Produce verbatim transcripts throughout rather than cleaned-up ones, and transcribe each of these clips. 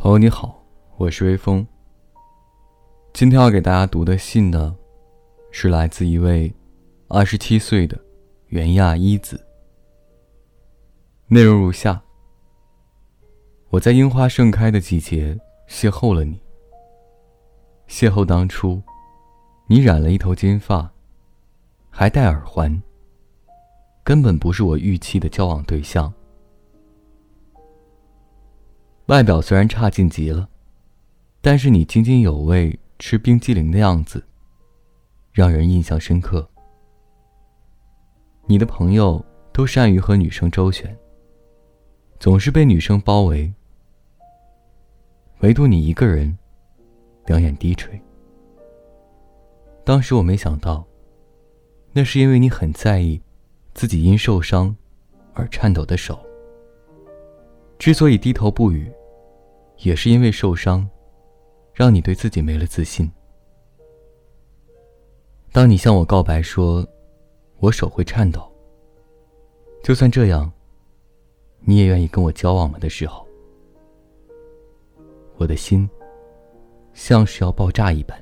朋友你好，我是微风。今天要给大家读的信呢，是来自一位二十七岁的袁亚一子。内容如下：我在樱花盛开的季节邂逅了你。邂逅当初，你染了一头金发，还戴耳环，根本不是我预期的交往对象。外表虽然差劲极了，但是你津津有味吃冰激凌的样子，让人印象深刻。你的朋友都善于和女生周旋，总是被女生包围，唯独你一个人两眼低垂。当时我没想到，那是因为你很在意自己因受伤而颤抖的手。之所以低头不语，也是因为受伤让你对自己没了自信。当你向我告白说我手会颤抖，就算这样你也愿意跟我交往吗的时候，我的心像是要爆炸一般。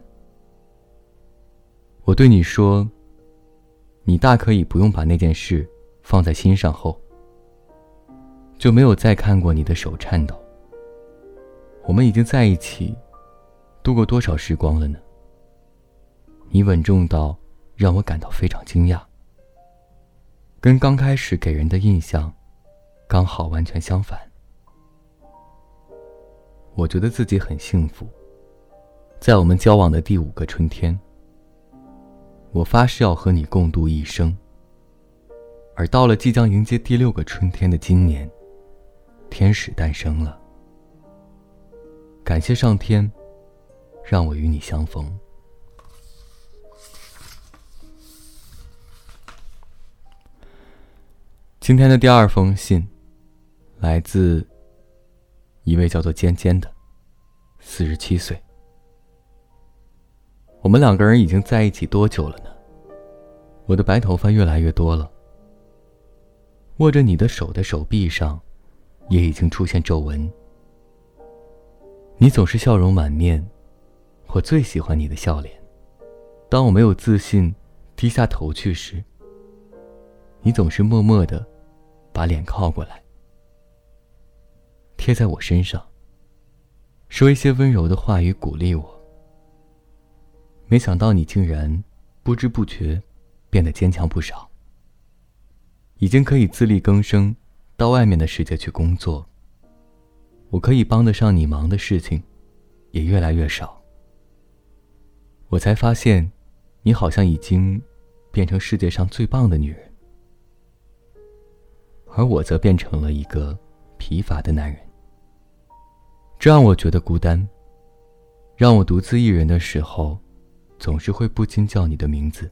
我对你说，你大可以不用把那件事放在心上后，就没有再看过你的手颤抖。我们已经在一起度过多少时光了呢？你稳重到让我感到非常惊讶，跟刚开始给人的印象刚好完全相反。我觉得自己很幸福，在我们交往的第五个春天，我发誓要和你共度一生。而到了即将迎接第六个春天的今年，天使诞生了。感谢上天让我与你相逢。今天的第二封信来自一位叫做尖尖的四十七岁。我们两个人已经在一起多久了呢？我的白头发越来越多了，握着你的手的手臂上也已经出现皱纹。你总是笑容满面，我最喜欢你的笑脸。当我没有自信低下头去时，你总是默默地把脸靠过来，贴在我身上，说一些温柔的话语鼓励我。没想到你竟然不知不觉变得坚强不少，已经可以自力更生，到外面的世界去工作。我可以帮得上你忙的事情也越来越少。我才发现你好像已经变成世界上最棒的女人，而我则变成了一个疲乏的男人。这让我觉得孤单，让我独自一人的时候总是会不禁叫你的名字，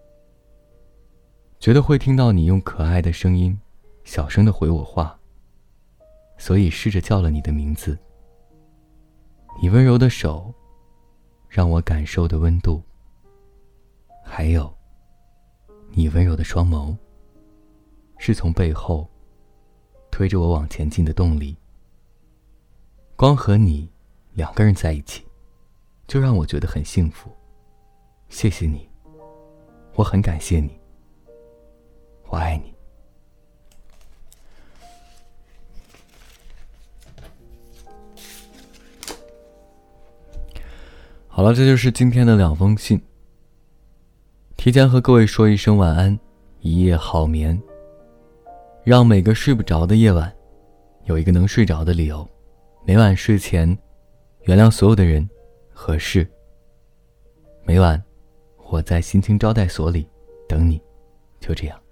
觉得会听到你用可爱的声音小声地回我话，所以试着叫了你的名字。你温柔的手让我感受的温度，还有你温柔的双眸，是从背后推着我往前进的动力。光和你两个人在一起，就让我觉得很幸福。谢谢你，我很感谢你，我爱你。好了，这就是今天的两封信。提前和各位说一声晚安，一夜好眠。让每个睡不着的夜晚有一个能睡着的理由。每晚睡前原谅所有的人和事。每晚我在心情招待所里等你，就这样。